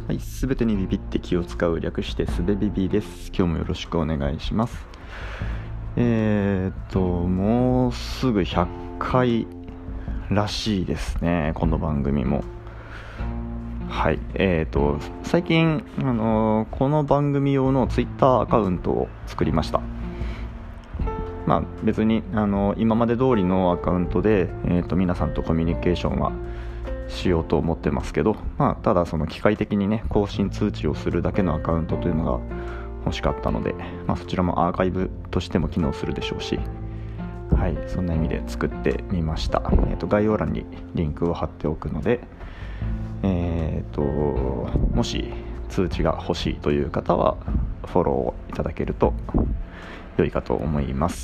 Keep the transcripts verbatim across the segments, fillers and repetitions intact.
はい、すべてにビビって気を使う、略してすべビビです。今日もよろしくお願いします。えーっともうすぐひゃっかいらしいですね、この番組も。はい、えーっと最近、あのーこの番組用のツイッターアカウントを作りました。まあ別に、あのー今まで通りのアカウントで、えーっと皆さんとコミュニケーションはしようと思ってますけど、まあ、ただその機械的にね更新通知をするだけのアカウントというのが欲しかったので、まあ、そちらもアーカイブとしても機能するでしょうし、はい、そんな意味で作ってみました。えーと概要欄にリンクを貼っておくので、えーともし通知が欲しいという方はフォローをいただけると良いかと思います。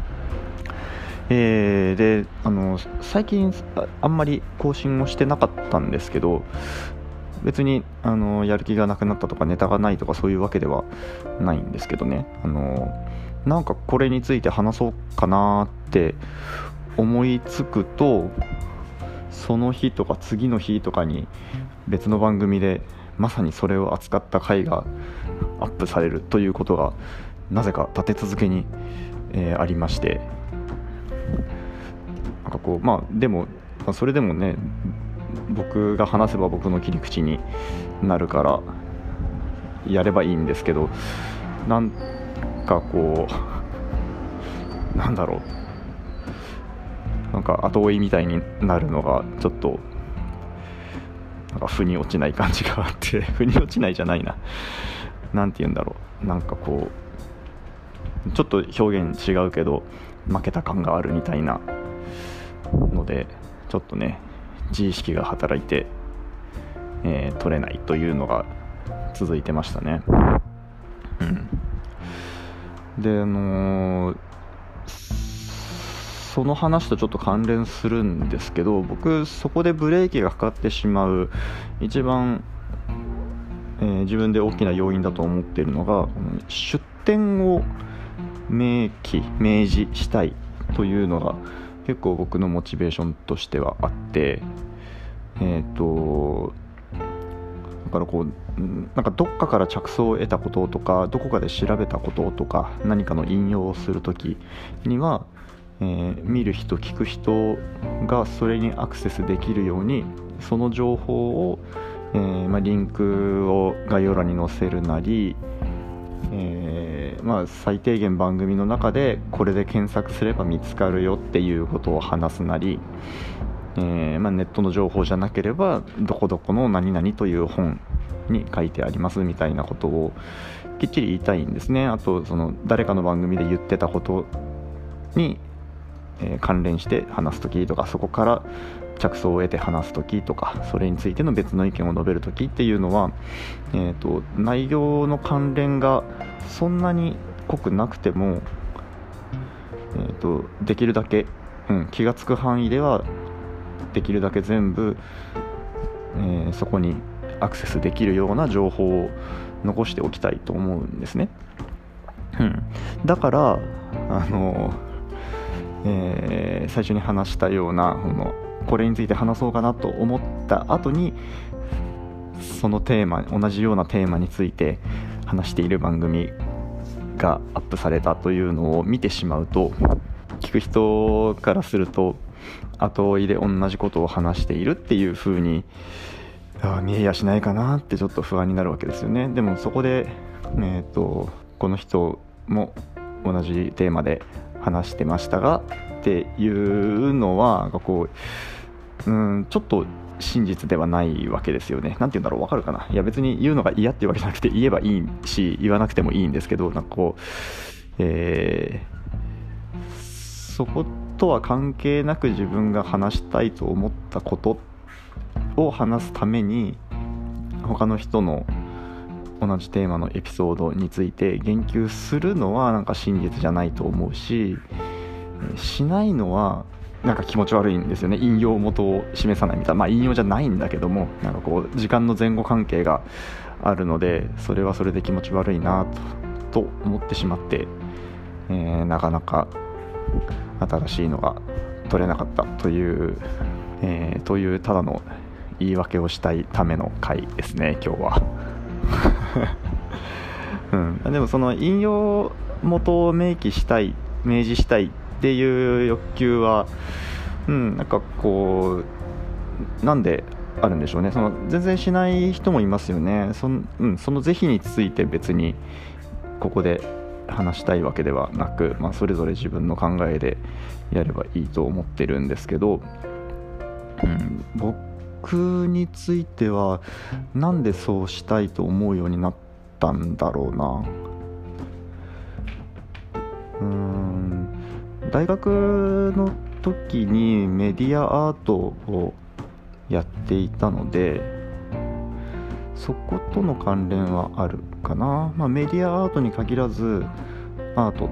えー、であの最近 あ, あんまり更新をしてなかったんですけど、別にあのやる気がなくなったとかネタがないとかそういうわけではないんですけどね、あのなんかこれについて話そうかなって思いつくと、その日とか次の日とかに別の番組でまさにそれを扱った回がアップされるということがなぜか立て続けに、えーありまして、なんかこうまあでもそれでもね、僕が話せば僕の切り口になるからやればいいんですけど、なんかこうなんだろう、なんか後追いみたいになるのがちょっとなんか腑に落ちない感じがあって腑に落ちないじゃないな、なんて言うんだろう、なんかこうちょっと表現違うけど負けた感があるみたいなので、ちょっとね自意識が働いて、えー、取れないというのが続いてましたね。うん、であのーその話とちょっと関連するんですけど、僕そこでブレーキがかかってしまう一番、えー自分で大きな要因だと思っているのが、出典を明記明示したいというのが結構僕のモチベーションとしてはあって、えっ、とだからこうなんかどっかから着想を得たこととか、どこかで調べたこととか、何かの引用をするときには、えー見る人聞く人がそれにアクセスできるように、その情報を、えーまあ、リンクを概要欄に載せるなり、えーまあ、最低限番組の中でこれで検索すれば見つかるよっていうことを話すなり、えーまあ、ネットの情報じゃなければどこどこの何々という本に書いてありますみたいなことをきっちり言いたいんですね。あとその誰かの番組で言ってたことに、えー関連して話すときとか、そこから着想を得て話すときとか、それについての別の意見を述べるときっていうのは、えーと内容の関連がそんなに濃くなくても、えーとできるだけ、うん、気がつく範囲ではできるだけ全部、えーそこにアクセスできるような情報を残しておきたいと思うんですね。うん、だからあの、えー最初に話したようなこのこれについて話そうかなと思った後に、そのテーマ同じようなテーマについて話している番組がアップされたというのを見てしまうと、聞く人からすると後追いで同じことを話しているっていう風にあ見えやしないかなってちょっと不安になるわけですよね。でもそこで、えーとこの人も同じテーマで話してましたがっていうのはこう、うん、ちょっと真実ではないわけですよね。なんて言うんだろう、わかるかな。いや別に言うのが嫌っていうわけじゃなくて、言えばいいし言わなくてもいいんですけど、なんかこう、えーそことは関係なく自分が話したいと思ったことを話すために他の人の同じテーマのエピソードについて言及するのはなんか真実じゃないと思うし、しないのはなんか気持ち悪いんですよね。引用元を示さないみたいな、まあ引用じゃないんだけども、なんかこう時間の前後関係があるので、それはそれで気持ち悪いなと、と思ってしまって、えーなかなか新しいのが取れなかったという、えーというただの言い訳をしたいための回ですね今日は、うん、でもその引用元を明記したい明示したいっていう欲求は、うん、なんかこうなんであるんでしょうね。その全然しない人もいますよね。その、うん、その是非について別にここで話したいわけではなく、まあ、それぞれ自分の考えでやればいいと思ってるんですけど、うん、僕についてはなんでそうしたいと思うようになったんだろうな。うーん大学の時にメディアアートをやっていたのでそことの関連はあるかな。まあ、メディアアートに限らずアートって、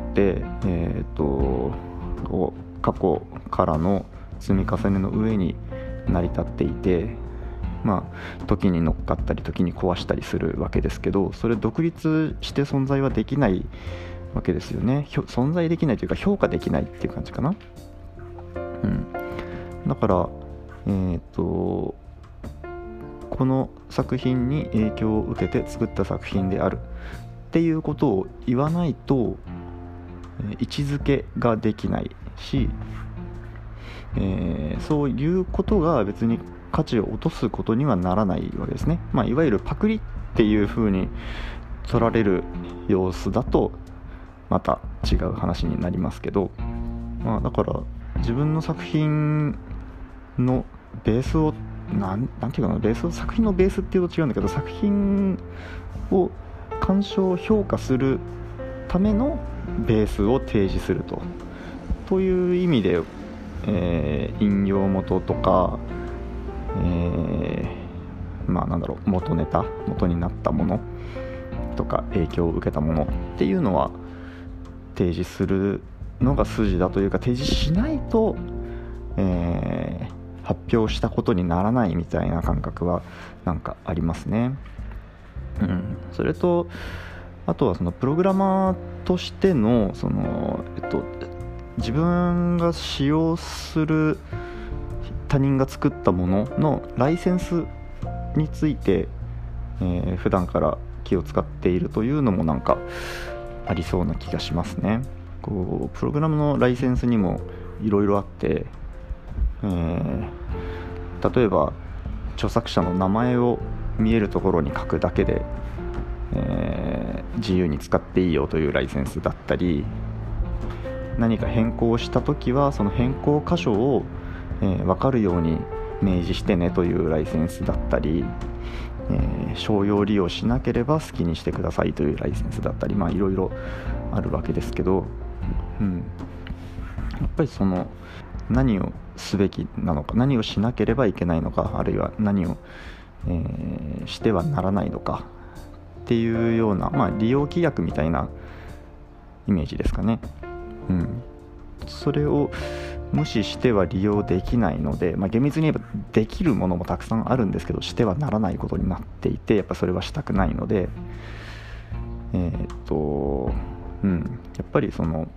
えー、と過去からの積み重ねの上に成り立っていて、まあ、時に乗っかったり時に壊したりするわけですけど、それ独立して存在はできないわけですよね。存在できないというか評価できないっていう感じかな。うん、だからえー、とこの作品に影響を受けて作った作品であるっていうことを言わないと、えー、位置づけができないし、えー、そういうことが別に価値を落とすことにはならないわけですね。まあ、いわゆるパクリっていう風に取られる様子だとまた違う話になりますけど、まあ、だから自分の作品のベースをなんなんていうかなベースを作品のベースっていうと違うんだけど、作品を鑑賞評価するためのベースを提示するとという意味で、えー、引用元とか、えー、まあなんだろう元ネタ元になったものとか影響を受けたものっていうのは提示するのが筋だというか、提示しないと、えー発表したことにならないみたいな感覚はなんかありますね。うん、それとあとはそのプログラマーとしてのその、えっと、自分が使用する他人が作ったもののライセンスについて、えー、普段から気を使っているというのもなんかありそうな気がしますね。こうプログラムのライセンスにもいろいろあって、えー、例えば著作者の名前を見えるところに書くだけで、えー、自由に使っていいよというライセンスだったり、何か変更したときはその変更箇所を、えー、分かるように明示してねというライセンスだったり、えー、商用利用しなければ好きにしてくださいというライセンスだったり、まあいろいろあるわけですけど、うん、やっぱりその何をすべきなのか、何をしなければいけないのか、あるいは何を、えー、してはならないのかっていうような、まあ、利用規約みたいなイメージですかね。うん、それを無視しては利用できないので、まあ、厳密に言えばできるものもたくさんあるんですけど、してはならないことになっていて、やっぱそれはしたくないので、えー、っと、うん、やっぱりその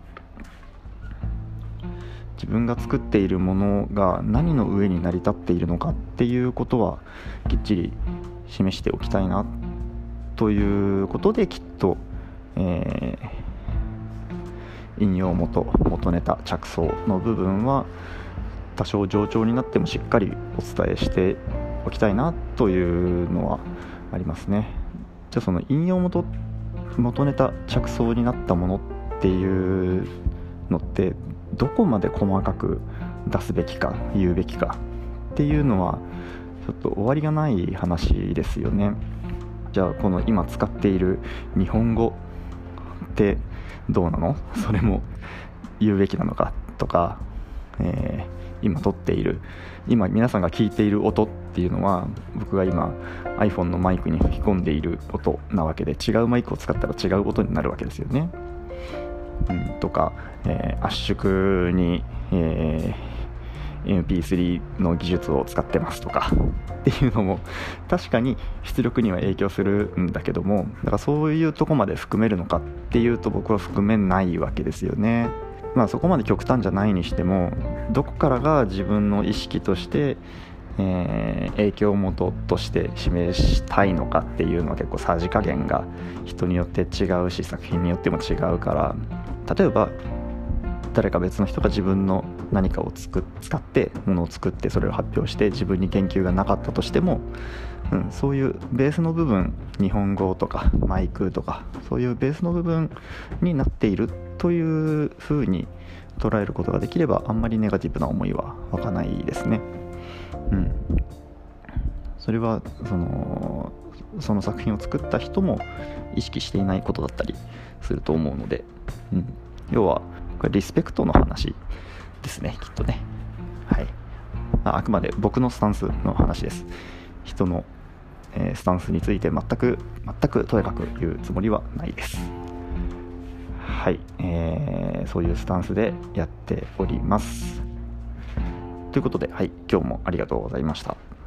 自分が作っているものが何の上に成り立っているのかっていうことはきっちり示しておきたいなということで、きっと、えー、引用元元ネタ着想の部分は多少冗長になってもしっかりお伝えしておきたいなというのはありますね。じゃあその引用元元ネタ着想になったものっていうのってどこまで細かく出すべきか言うべきかっていうのはちょっと終わりがない話ですよね。じゃあこの今使っている日本語ってどうなの？それも言うべきなのかとか、えー、今撮っている今皆さんが聞いている音っていうのは僕が今 iPhone のマイクに吹き込んでいる音なわけで、違うマイクを使ったら違う音になるわけですよね。うん、とか、えー、圧縮に、えー、エムピースリー の技術を使ってますとかっていうのも確かに出力には影響するんだけども、だからそういうとこまで含めるのかっていうと僕は含めないわけですよね。まあそこまで極端じゃないにしても、どこからが自分の意識として、 えー、影響元として示したいのかっていうのは結構さじ加減が人によって違うし、作品によっても違うから、例えば誰か別の人が自分の何かをつく使ってものを作ってそれを発表して自分に言及がなかったとしても、うん、そういうベースの部分、日本語とかマイクとかそういうベースの部分になっているというふうに捉えることができれば、あんまりネガティブな思いは湧かないですね。うん、それはそのその作品を作った人も意識していないことだったりすると思うので、うん、要はこれリスペクトの話ですね、きっとね。はい、あ, あくまで僕のスタンスの話です。人の、えー、スタンスについて全く全くとやかく言うつもりはないです。はい、えー、そういうスタンスでやっております。ということで、はい、今日もありがとうございました。